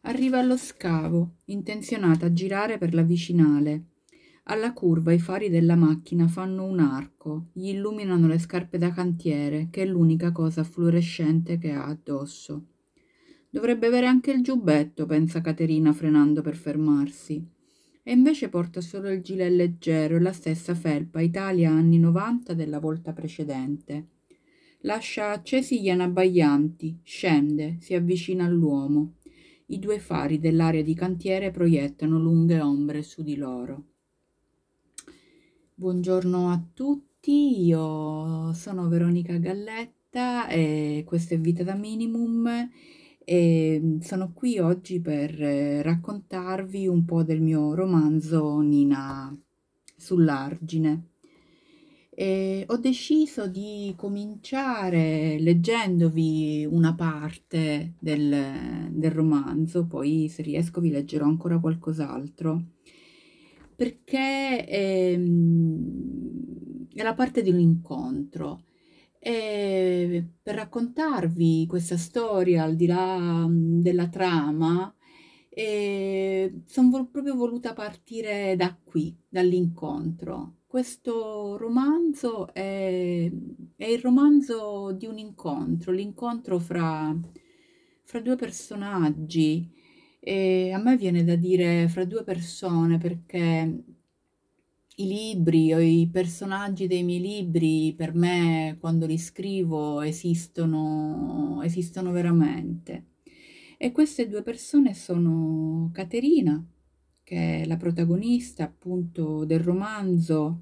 Arriva allo scavo, intenzionata a girare per la vicinale. Alla curva i fari della macchina fanno un arco, gli illuminano le scarpe da cantiere, che è l'unica cosa fluorescente che ha addosso. Dovrebbe avere anche il giubbetto, pensa Caterina frenando per fermarsi. E invece porta solo il gilet leggero e la stessa felpa Italia anni 90 della volta precedente. Lascia accesi gli anabbaglianti, scende, si avvicina all'uomo. I due fari dell'area di cantiere proiettano lunghe ombre su di loro. Buongiorno a tutti, io sono Veronica Galletta e questo è Vita da Minimum e sono qui oggi per raccontarvi un po' del mio romanzo Nina sull'argine. E ho deciso di cominciare leggendovi una parte del romanzo, poi se riesco vi leggerò ancora qualcos'altro, perché è la parte di un incontro. E per raccontarvi questa storia, al di là della trama, sono proprio voluta partire da qui, dall'incontro. Questo romanzo è il romanzo di un incontro, l'incontro fra due personaggi. E a me viene da dire fra due persone perché i libri o i personaggi dei miei libri per me quando li scrivo esistono veramente. E queste due persone sono Caterina, che è la protagonista appunto del romanzo,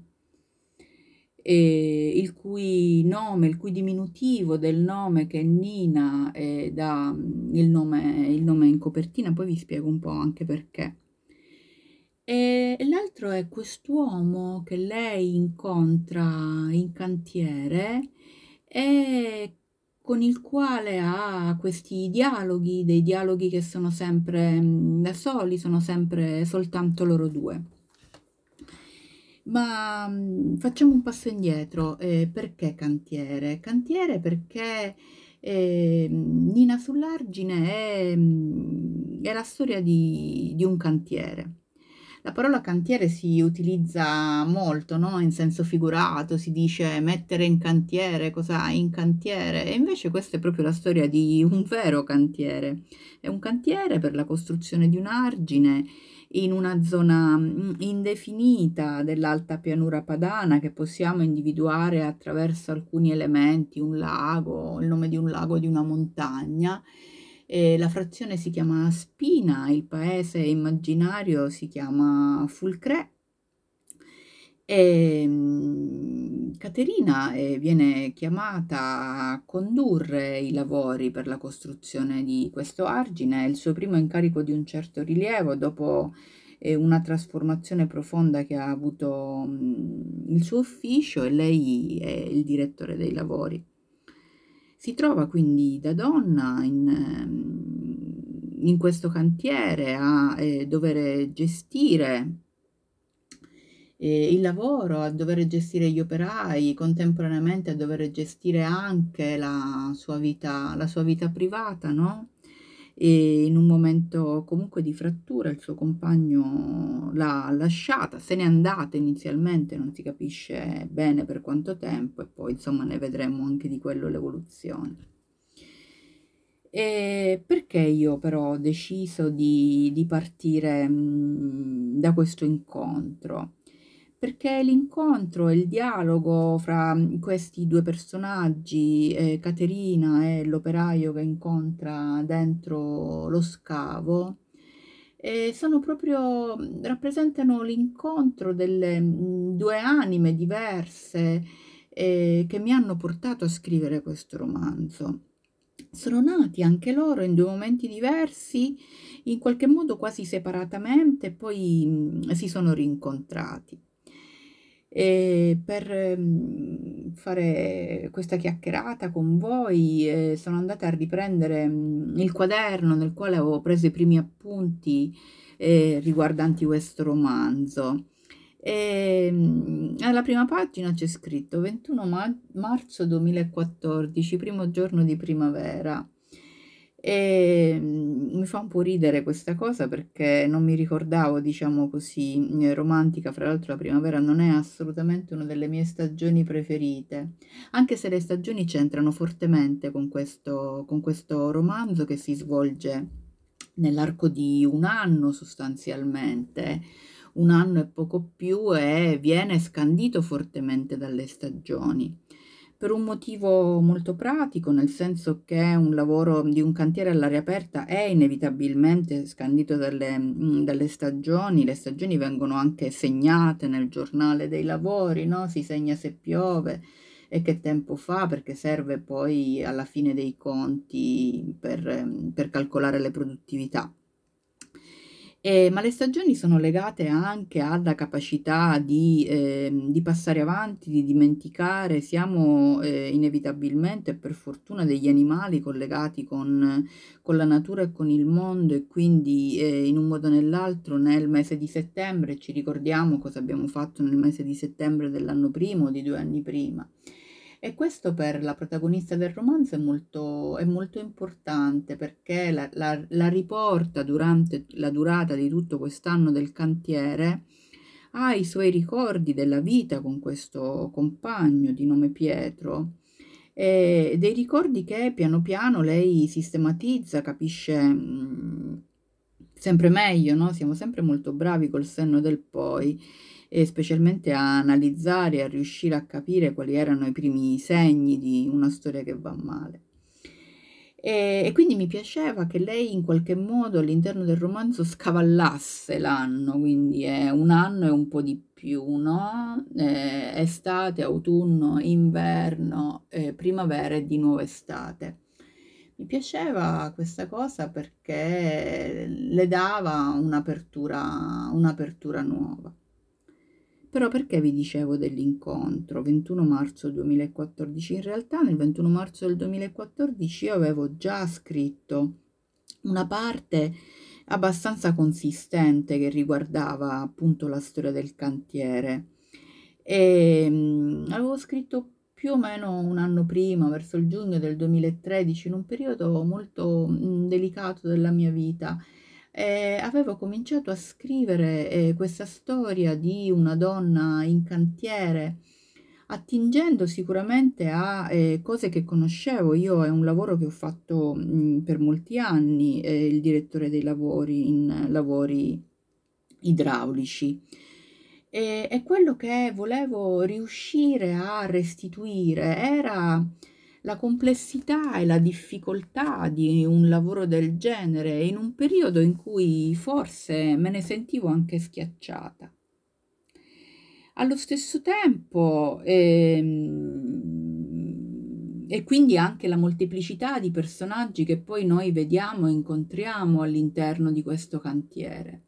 e il cui diminutivo del nome che è Nina dà il nome in copertina, poi vi spiego un po' anche perché. E l'altro è quest'uomo che lei incontra in cantiere e con il quale ha questi dialoghi, dei dialoghi che sono sempre da soli, sono sempre soltanto loro due. Ma facciamo un passo indietro. Perché cantiere? Cantiere perché Nina sull'argine è la storia di un cantiere. La parola cantiere si utilizza molto, no? In senso figurato, si dice mettere in cantiere, cosa hai in cantiere? E invece questa è proprio la storia di un vero cantiere. È un cantiere per la costruzione di un argine in una zona indefinita dell'alta pianura padana che possiamo individuare attraverso alcuni elementi, un lago, il nome di un lago, di una montagna. La frazione si chiama Spina, il paese immaginario si chiama Fulcrè. E Caterina viene chiamata a condurre i lavori per la costruzione di questo argine, è il suo primo incarico di un certo rilievo dopo una trasformazione profonda che ha avuto il suo ufficio e lei è il direttore dei lavori. Si trova quindi da donna in questo cantiere a dover gestire il lavoro, a dover gestire gli operai, contemporaneamente a dover gestire anche la sua vita privata, no? E in un momento comunque di frattura il suo compagno l'ha lasciata, se n'è andata inizialmente, non si capisce bene per quanto tempo e poi insomma ne vedremo anche di quello l'evoluzione. E perché io però ho deciso di partire da questo incontro? Perché l'incontro e il dialogo fra questi due personaggi, Caterina e l'operaio che incontra dentro lo scavo, sono proprio, rappresentano l'incontro delle due anime diverse che mi hanno portato a scrivere questo romanzo. Sono nati anche loro in due momenti diversi, in qualche modo quasi separatamente, poi si sono rincontrati. E per fare questa chiacchierata con voi sono andata a riprendere il quaderno nel quale avevo preso i primi appunti riguardanti questo romanzo. Alla prima pagina c'è scritto 21 marzo 2014, primo giorno di primavera. Mi fa un po' ridere questa cosa perché non mi ricordavo, diciamo così, romantica. Fra l'altro la primavera non è assolutamente una delle mie stagioni preferite, anche se le stagioni c'entrano fortemente con questo romanzo che si svolge nell'arco di un anno sostanzialmente, un anno e poco più, e viene scandito fortemente dalle stagioni. Per un motivo molto pratico, nel senso che un lavoro di un cantiere all'aria aperta è inevitabilmente scandito dalle stagioni. Le stagioni vengono anche segnate nel giornale dei lavori, no? Si segna se piove e che tempo fa, perché serve poi alla fine dei conti per calcolare le produttività. Ma le stagioni sono legate anche alla capacità di passare avanti, di dimenticare. Siamo inevitabilmente e per fortuna degli animali collegati con la natura e con il mondo, e quindi in un modo o nell'altro nel mese di settembre ci ricordiamo cosa abbiamo fatto nel mese di settembre dell'anno prima o di 2 anni prima. E questo per la protagonista del romanzo è molto importante, perché la riporta durante la durata di tutto quest'anno del cantiere ai suoi ricordi della vita con questo compagno di nome Pietro, e dei ricordi che piano piano lei sistematizza, capisce sempre meglio, no? Siamo sempre molto bravi col senno del poi, e specialmente a analizzare e a riuscire a capire quali erano i primi segni di una storia che va male. E quindi mi piaceva che lei in qualche modo all'interno del romanzo scavallasse l'anno, quindi è un anno e un po' di più, no? Estate, autunno, inverno, primavera e di nuovo estate. Mi piaceva questa cosa perché le dava un'apertura nuova. Però perché vi dicevo dell'incontro? 21 marzo 2014. In realtà nel 21 marzo del 2014 io avevo già scritto una parte abbastanza consistente che riguardava appunto la storia del cantiere. Avevo scritto più o meno un anno prima, verso il giugno del 2013, in un periodo molto delicato della mia vita. Avevo cominciato a scrivere questa storia di una donna in cantiere, attingendo sicuramente a cose che conoscevo. Io è un lavoro che ho fatto per molti anni, il direttore dei lavori in lavori idraulici. E quello che volevo riuscire a restituire era la complessità e la difficoltà di un lavoro del genere, in un periodo in cui forse me ne sentivo anche schiacciata. Allo stesso tempo, e quindi anche la molteplicità di personaggi che poi noi vediamo e incontriamo all'interno di questo cantiere.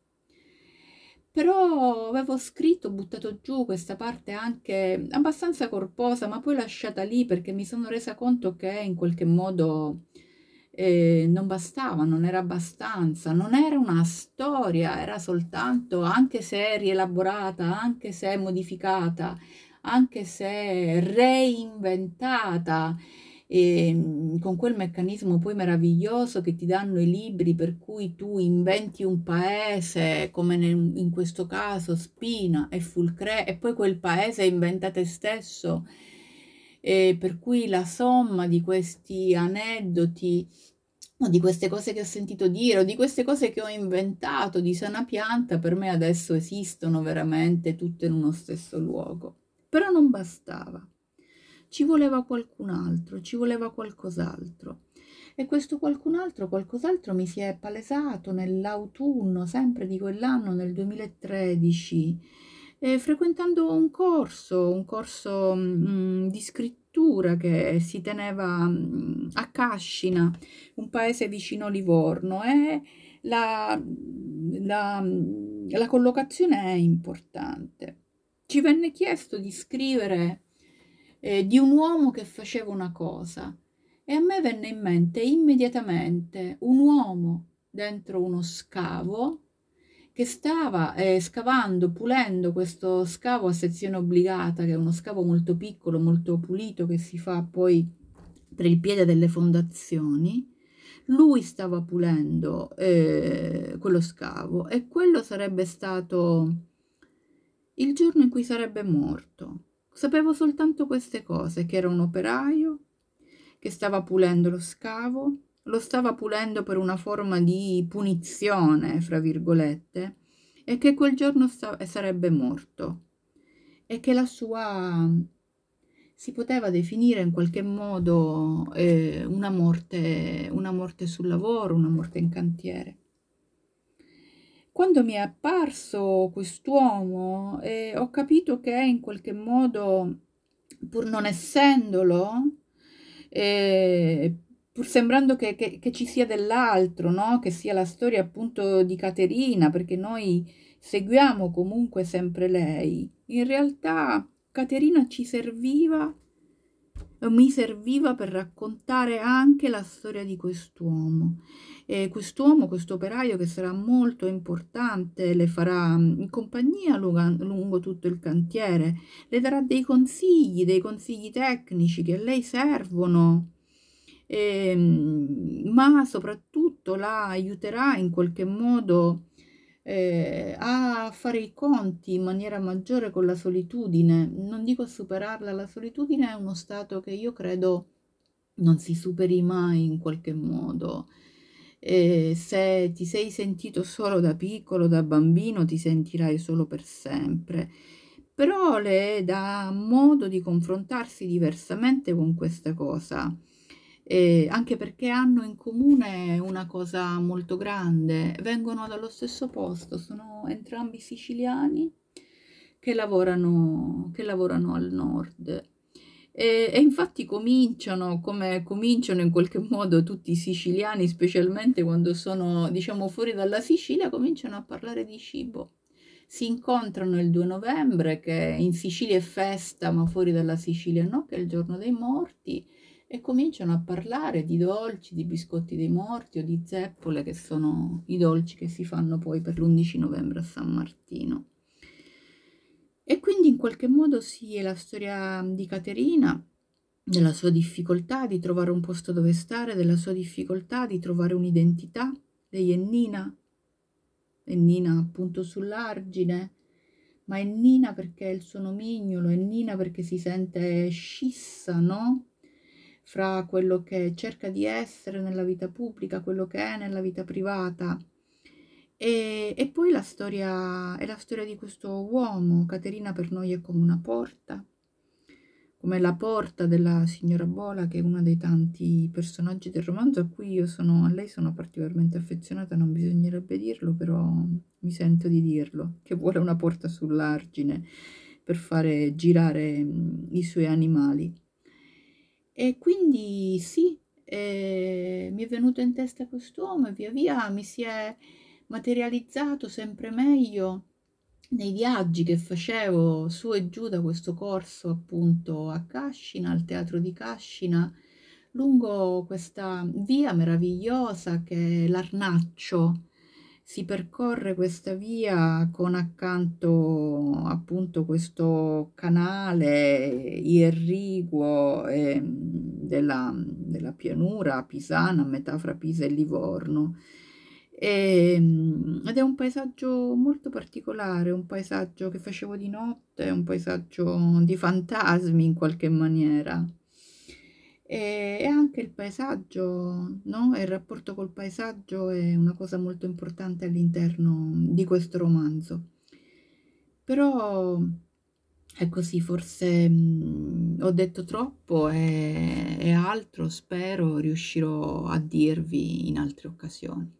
Però avevo scritto, buttato giù questa parte anche abbastanza corposa, ma poi lasciata lì perché mi sono resa conto che in qualche modo non bastava, non era abbastanza, non era una storia, era soltanto, anche se rielaborata, anche se modificata, anche se reinventata, con quel meccanismo poi meraviglioso che ti danno i libri, per cui tu inventi un paese, come in questo caso Spina e Fulcre, e poi quel paese inventa te stesso, e per cui la somma di questi aneddoti o di queste cose che ho sentito dire o di queste cose che ho inventato di sana pianta, per me adesso esistono veramente tutte in uno stesso luogo. Però non bastava. Ci voleva qualcun altro, ci voleva qualcos'altro. E questo qualcos'altro mi si è palesato nell'autunno, sempre di quell'anno, nel 2013, frequentando un corso di scrittura che si teneva a Cascina, un paese vicino Livorno, e la collocazione è importante. Ci venne chiesto di scrivere di un uomo che faceva una cosa, e a me venne in mente immediatamente un uomo dentro uno scavo che stava scavando, pulendo questo scavo a sezione obbligata, che è uno scavo molto piccolo, molto pulito, che si fa poi per il piede delle fondazioni. Lui stava pulendo quello scavo e quello sarebbe stato il giorno in cui sarebbe morto. Sapevo soltanto queste cose, che era un operaio, che stava pulendo lo scavo, lo stava pulendo per una forma di punizione, fra virgolette, e che quel giorno sarebbe morto e che la sua si poteva definire in qualche modo una morte sul lavoro, una morte in cantiere. Quando mi è apparso quest'uomo, ho capito che in qualche modo, pur non essendolo, pur sembrando che ci sia dell'altro, no? Che sia la storia appunto di Caterina, perché noi seguiamo comunque sempre lei. In realtà Caterina ci serviva, mi serviva per raccontare anche la storia di quest'uomo. E quest'uomo, questo operaio che sarà molto importante, le farà compagnia lungo tutto il cantiere, le darà dei consigli tecnici che a lei servono, ma soprattutto la aiuterà in qualche modo a fare i conti in maniera maggiore con la solitudine. Non dico a superarla, la solitudine è uno stato che io credo non si superi mai in qualche modo. Se ti sei sentito solo da piccolo, da bambino, ti sentirai solo per sempre. Però le dà modo di confrontarsi diversamente con questa cosa, anche perché hanno in comune una cosa molto grande, vengono dallo stesso posto, sono entrambi siciliani che lavorano al nord. E infatti cominciano, come cominciano in qualche modo tutti i siciliani, specialmente quando sono, diciamo, fuori dalla Sicilia, cominciano a parlare di cibo. Si incontrano il 2 novembre, che in Sicilia è festa, ma fuori dalla Sicilia no, che è il giorno dei morti, e cominciano a parlare di dolci, di biscotti dei morti o di zeppole, che sono i dolci che si fanno poi per l'11 novembre a San Martino. E quindi in qualche modo sì, è la storia di Caterina, della sua difficoltà di trovare un posto dove stare, della sua difficoltà di trovare un'identità. Lei è Nina appunto sull'argine, ma è Nina perché è il suo nomignolo, è Nina perché si sente scissa, no? Fra quello che cerca di essere nella vita pubblica, quello che è nella vita privata. E poi è la storia di questo uomo. Caterina per noi è come una porta, come la porta della signora Bola, che è uno dei tanti personaggi del romanzo a lei sono particolarmente affezionata, non bisognerebbe dirlo, però mi sento di dirlo, che vuole una porta sull'argine per fare girare i suoi animali. E quindi sì, mi è venuto in testa quest'uomo e via via mi si è materializzato sempre meglio nei viaggi che facevo su e giù da questo corso appunto a Cascina, al teatro di Cascina, lungo questa via meravigliosa che è l'Arnaccio. Si percorre questa via con accanto appunto questo canale irriguo della pianura pisana, a metà fra Pisa e Livorno. Ed è un paesaggio molto particolare, un paesaggio che facevo di notte, un paesaggio di fantasmi in qualche maniera. E anche il paesaggio, no? E il rapporto col paesaggio è una cosa molto importante all'interno di questo romanzo. Però è così, forse ho detto troppo e altro spero riuscirò a dirvi in altre occasioni.